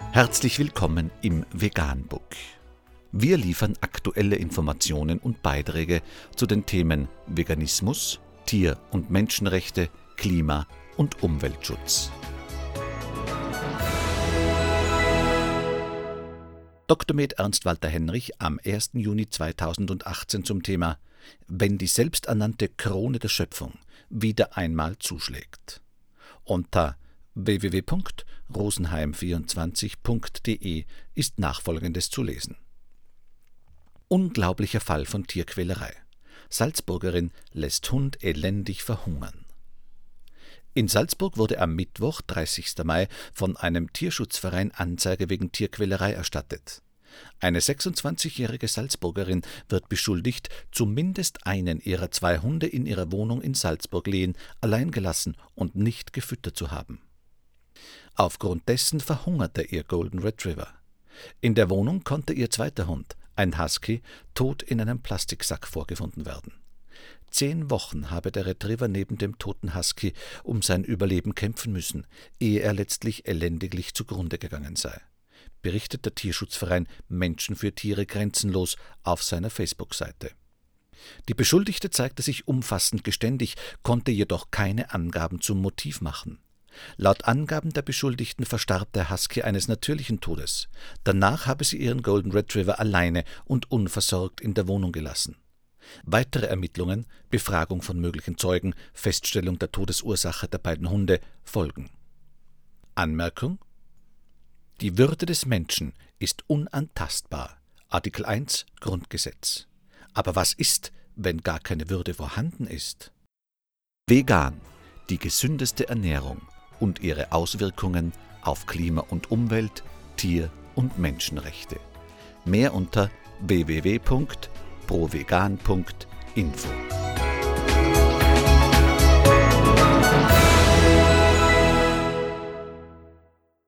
Herzlich willkommen im Veganbook. Wir liefern aktuelle Informationen und Beiträge zu den Themen Veganismus, Tier- und Menschenrechte, Klima- und Umweltschutz. Dr. med. Ernst Walter Henrich am 1. Juni 2018 zum Thema »Wenn die selbsternannte Krone der Schöpfung wieder einmal zuschlägt«. Unter www.rosenheim24.de ist Nachfolgendes zu lesen. Unglaublicher Fall von Tierquälerei. Salzburgerin lässt Hund elendig verhungern. In Salzburg wurde am Mittwoch, 30. Mai, von einem Tierschutzverein Anzeige wegen Tierquälerei erstattet. Eine 26-jährige Salzburgerin wird beschuldigt, zumindest einen ihrer 2 Hunde in ihrer Wohnung in Salzburg-Lehen allein gelassen und nicht gefüttert zu haben. Aufgrund dessen verhungerte ihr Golden Retriever. In der Wohnung konnte ihr zweiter Hund, ein Husky, tot in einem Plastiksack vorgefunden werden. 10 Wochen habe der Retriever neben dem toten Husky um sein Überleben kämpfen müssen, ehe er letztlich elendiglich zugrunde gegangen sei, berichtet der Tierschutzverein Menschen für Tiere grenzenlos auf seiner Facebook-Seite. Die Beschuldigte zeigte sich umfassend geständig, konnte jedoch keine Angaben zum Motiv machen. Laut Angaben der Beschuldigten verstarb der Husky eines natürlichen Todes. Danach habe sie ihren Golden Retriever alleine und unversorgt in der Wohnung gelassen. Weitere Ermittlungen, Befragung von möglichen Zeugen, Feststellung der Todesursache der beiden Hunde folgen. Anmerkung: Die Würde des Menschen ist unantastbar. Artikel 1 Grundgesetz. Aber was ist, wenn gar keine Würde vorhanden ist? Vegan, die gesündeste Ernährung und ihre Auswirkungen auf Klima und Umwelt, Tier- und Menschenrechte. Mehr unter www.provegan.info.